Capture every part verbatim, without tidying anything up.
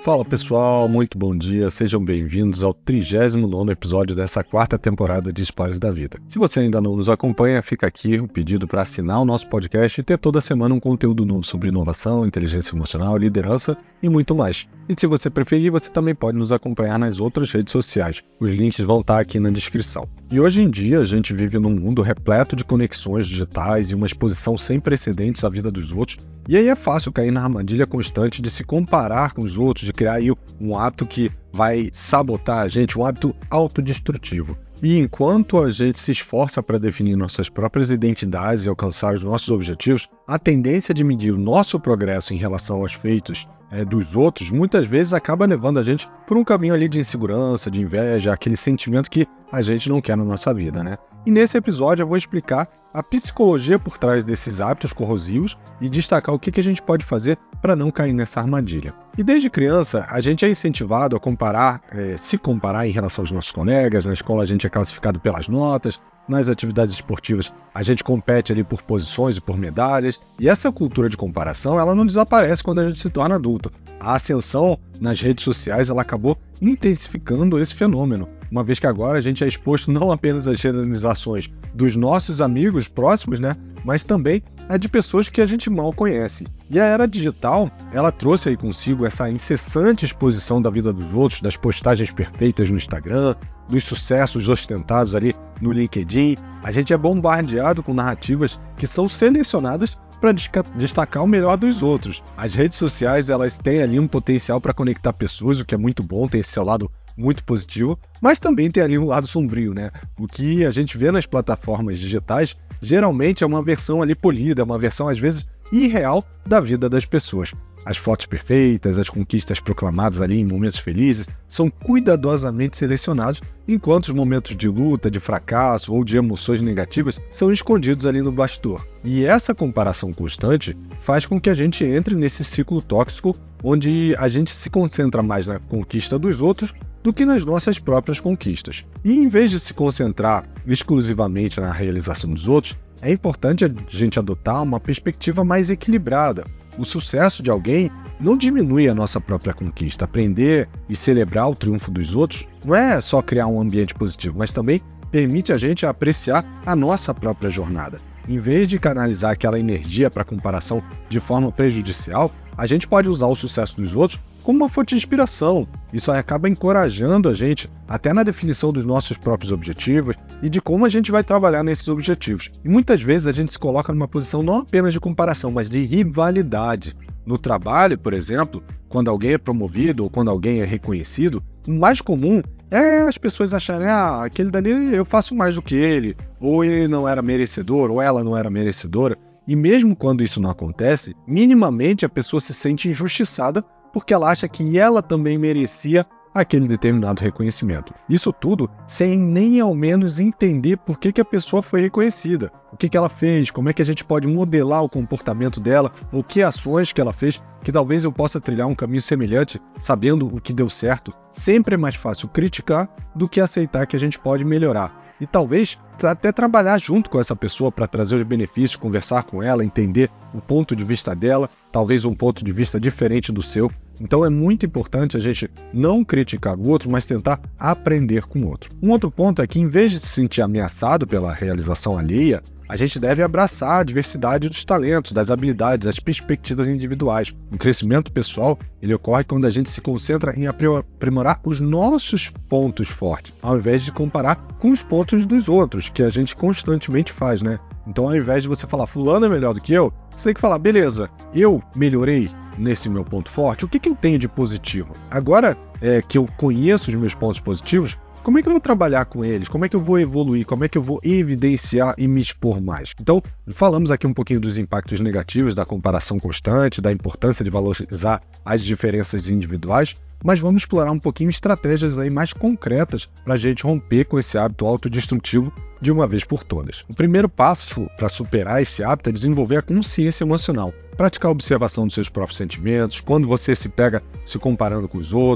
Fala pessoal, muito bom dia, sejam bem-vindos ao trigésimo nono episódio dessa quarta temporada de Spoilers da Vida. Se você ainda não nos acompanha, fica aqui o pedido para assinar o nosso podcast e ter toda semana um conteúdo novo sobre inovação, inteligência emocional, liderança e muito mais. E se você preferir, você também pode nos acompanhar nas outras redes sociais. Os links vão estar aqui na descrição. E hoje em dia a gente vive num mundo repleto de conexões digitais e uma exposição sem precedentes à vida dos outros. E aí é fácil cair na armadilha constante de se comparar com os outros, de criar aí um hábito que vai sabotar a gente, um hábito autodestrutivo. E enquanto a gente se esforça para definir nossas próprias identidades e alcançar os nossos objetivos, a tendência de medir o nosso progresso em relação aos feitos é, dos outros muitas vezes acaba levando a gente por um caminho ali de insegurança, de inveja, aquele sentimento que a gente não quer na nossa vida, né? E nesse episódio eu vou explicar a psicologia por trás desses hábitos corrosivos e destacar o que a gente pode fazer para não cair nessa armadilha. E desde criança, a gente é incentivado a comparar, é, se comparar em relação aos nossos colegas, na escola a gente é classificado pelas notas, nas atividades esportivas a gente compete ali por posições e por medalhas, e essa cultura de comparação ela não desaparece quando a gente se torna adulto. A ascensão nas redes sociais ela acabou intensificando esse fenômeno, uma vez que agora a gente é exposto não apenas às generalizações dos nossos amigos próximos, né, mas também a de pessoas que a gente mal conhece. E a era digital, ela trouxe aí consigo essa incessante exposição da vida dos outros, das postagens perfeitas no Instagram, dos sucessos ostentados ali no LinkedIn. A gente é bombardeado com narrativas que são selecionadas para destacar o melhor dos outros. As redes sociais, elas têm ali um potencial para conectar pessoas, o que é muito bom, tem esse seu lado muito positivo, mas também tem ali um lado sombrio, né? O que a gente vê nas plataformas digitais geralmente é uma versão ali polida, é uma versão às vezes irreal da vida das pessoas. As fotos perfeitas, as conquistas proclamadas ali em momentos felizes são cuidadosamente selecionados, enquanto os momentos de luta, de fracasso ou de emoções negativas são escondidos ali no bastidor. E essa comparação constante faz com que a gente entre nesse ciclo tóxico onde a gente se concentra mais na conquista dos outros do que nas nossas próprias conquistas. E em vez de se concentrar exclusivamente na realização dos outros, é importante a gente adotar uma perspectiva mais equilibrada. O sucesso de alguém não diminui a nossa própria conquista. Aprender e celebrar o triunfo dos outros não é só criar um ambiente positivo, mas também permite a gente apreciar a nossa própria jornada. Em vez de canalizar aquela energia para a comparação de forma prejudicial, a gente pode usar o sucesso dos outros como uma fonte de inspiração. Isso acaba encorajando a gente até na definição dos nossos próprios objetivos e de como a gente vai trabalhar nesses objetivos. E muitas vezes a gente se coloca numa posição não apenas de comparação, mas de rivalidade. No trabalho, por exemplo, quando alguém é promovido ou quando alguém é reconhecido, o mais comum é as pessoas acharem, ah, aquele dali eu faço mais do que ele, ou ele não era merecedor, ou ela não era merecedora. E mesmo quando isso não acontece, minimamente a pessoa se sente injustiçada porque ela acha que ela também merecia aquele determinado reconhecimento. Isso tudo sem nem ao menos entender por que, que a pessoa foi reconhecida, o que, que ela fez, como é que a gente pode modelar o comportamento dela, ou que ações que ela fez, que talvez eu possa trilhar um caminho semelhante, sabendo o que deu certo. Sempre é mais fácil criticar do que aceitar que a gente pode melhorar. E talvez até trabalhar junto com essa pessoa para trazer os benefícios, conversar com ela, entender o ponto de vista dela, talvez um ponto de vista diferente do seu. Então é muito importante a gente não criticar o outro, mas tentar aprender com o outro. Um outro ponto é que, em vez de se sentir ameaçado pela realização alheia, a gente deve abraçar a diversidade dos talentos, das habilidades, das perspectivas individuais. O crescimento pessoal ele ocorre quando a gente se concentra em aprimorar os nossos pontos fortes, ao invés de comparar com os pontos dos outros, que a gente constantemente faz, né? Então, ao invés de você falar, fulano é melhor do que eu, você tem que falar, beleza, eu melhorei nesse meu ponto forte, o que, que eu tenho de positivo? Agora é, que eu conheço os meus pontos positivos, como é que eu vou trabalhar com eles? Como é que eu vou evoluir? Como é que eu vou evidenciar e me expor mais? Então, falamos aqui um pouquinho dos impactos negativos da comparação constante, da importância de valorizar as diferenças individuais, mas vamos explorar um pouquinho estratégias aí mais concretas para a gente romper com esse hábito autodestrutivo de uma vez por todas. O primeiro passo para superar esse hábito é desenvolver a consciência emocional. Praticar a observação dos seus próprios sentimentos, quando você se pega se comparando com os outros,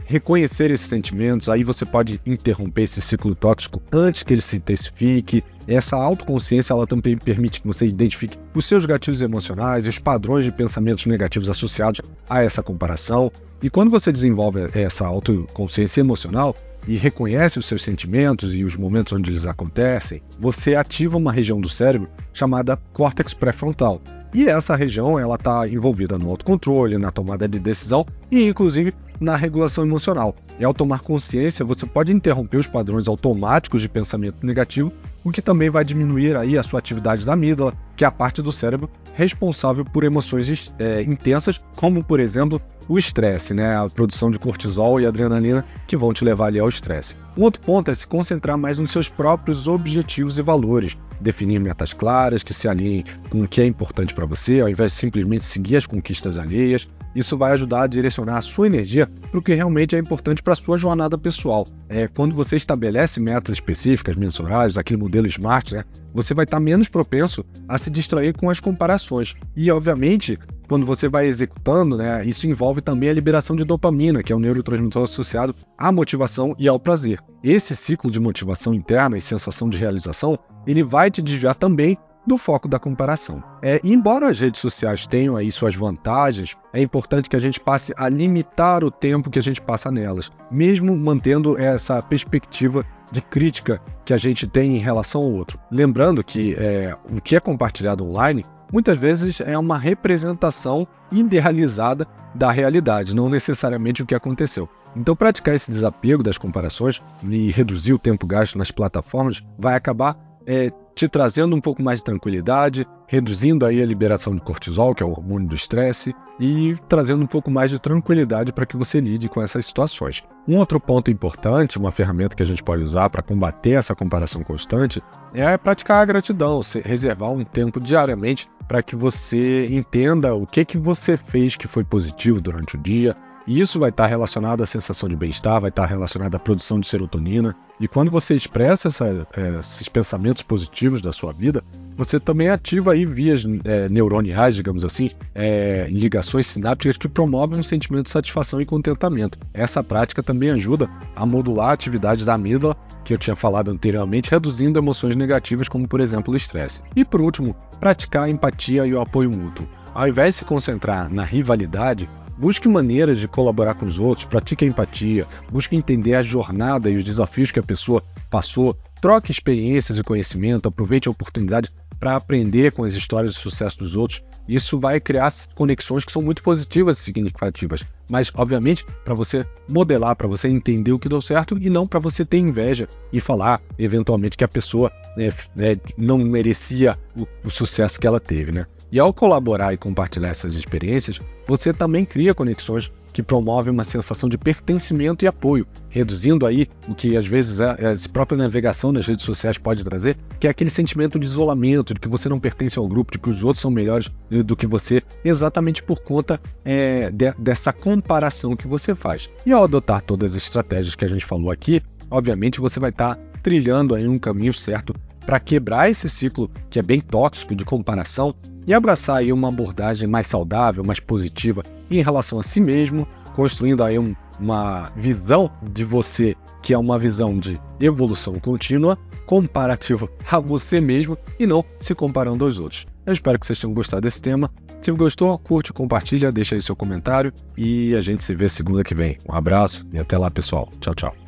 reconhecer esses sentimentos, aí você pode interromper esse ciclo tóxico antes que ele se intensifique. Essa autoconsciência, ela também permite que você identifique os seus gatilhos emocionais e os padrões de pensamentos negativos associados a essa comparação. E quando você desenvolve essa autoconsciência emocional e reconhece os seus sentimentos e os momentos onde eles acontecem, você ativa uma região do cérebro chamada córtex pré-frontal. E essa região ela está envolvida no autocontrole, na tomada de decisão e, inclusive, na regulação emocional. E ao tomar consciência, você pode interromper os padrões automáticos de pensamento negativo, o que também vai diminuir aí a sua atividade da amígdala, que é a parte do cérebro responsável por emoções é, intensas, como, por exemplo, o estresse, né? A produção de cortisol e adrenalina que vão te levar ali ao estresse. Um outro ponto é se concentrar mais nos seus próprios objetivos e valores, definir metas claras que se alinhem com o que é importante para você, ao invés de simplesmente seguir as conquistas alheias. Isso vai ajudar a direcionar a sua energia para o que realmente é importante para a sua jornada pessoal. É, quando você estabelece metas específicas, mensuráveis, aquele modelo SMART, né, você vai estar menos propenso a se distrair com as comparações. E, obviamente, quando você vai executando, né, isso envolve também a liberação de dopamina, que é um neurotransmissor associado à motivação e ao prazer. Esse ciclo de motivação interna e sensação de realização, ele vai te desviar também do foco da comparação. É, embora as redes sociais tenham aí suas vantagens, é importante que a gente passe a limitar o tempo que a gente passa nelas, mesmo mantendo essa perspectiva de crítica que a gente tem em relação ao outro. Lembrando que é, o que é compartilhado online muitas vezes é uma representação idealizada da realidade, não necessariamente o que aconteceu. Então, praticar esse desapego das comparações e reduzir o tempo gasto nas plataformas vai acabar é, te trazendo um pouco mais de tranquilidade, reduzindo aí a liberação de cortisol, que é o hormônio do estresse, e trazendo um pouco mais de tranquilidade para que você lide com essas situações. Um outro ponto importante, uma ferramenta que a gente pode usar para combater essa comparação constante, é praticar a gratidão, reservar um tempo diariamente para que você entenda o que, que você fez que foi positivo durante o dia. E isso vai estar relacionado à sensação de bem-estar, vai estar relacionado à produção de serotonina. E quando você expressa essa, esses pensamentos positivos da sua vida, você também ativa aí vias é, neuroniais, digamos assim, é, ligações sinápticas que promovem um sentimento de satisfação e contentamento. Essa prática também ajuda a modular a atividade da amígdala, que eu tinha falado anteriormente, reduzindo emoções negativas, como por exemplo o estresse. E por último, praticar a empatia e o apoio mútuo. Ao invés de se concentrar na rivalidade, busque maneiras de colaborar com os outros, pratique a empatia, busque entender a jornada e os desafios que a pessoa passou, troque experiências e conhecimento, aproveite a oportunidade para aprender com as histórias de sucesso dos outros. Isso vai criar conexões que são muito positivas e significativas, mas obviamente para você modelar, para você entender o que deu certo e não para você ter inveja e falar eventualmente que a pessoa é, é, não merecia o, o sucesso que ela teve, né? E ao colaborar e compartilhar essas experiências, você também cria conexões que promovem uma sensação de pertencimento e apoio, reduzindo aí o que às vezes a, a própria navegação nas redes sociais pode trazer, que é aquele sentimento de isolamento, de que você não pertence ao grupo, de que os outros são melhores do que você, exatamente por conta é, de, dessa comparação que você faz. E ao adotar todas as estratégias que a gente falou aqui, obviamente você vai estar tá trilhando aí um caminho certo para quebrar esse ciclo que é bem tóxico de comparação e abraçar aí uma abordagem mais saudável, mais positiva em relação a si mesmo, construindo aí um, uma visão de você que é uma visão de evolução contínua, comparativa a você mesmo e não se comparando aos outros. Eu espero que vocês tenham gostado desse tema. Se gostou, curte, compartilha, deixa aí seu comentário e a gente se vê segunda que vem. Um abraço e até lá, pessoal. Tchau, tchau.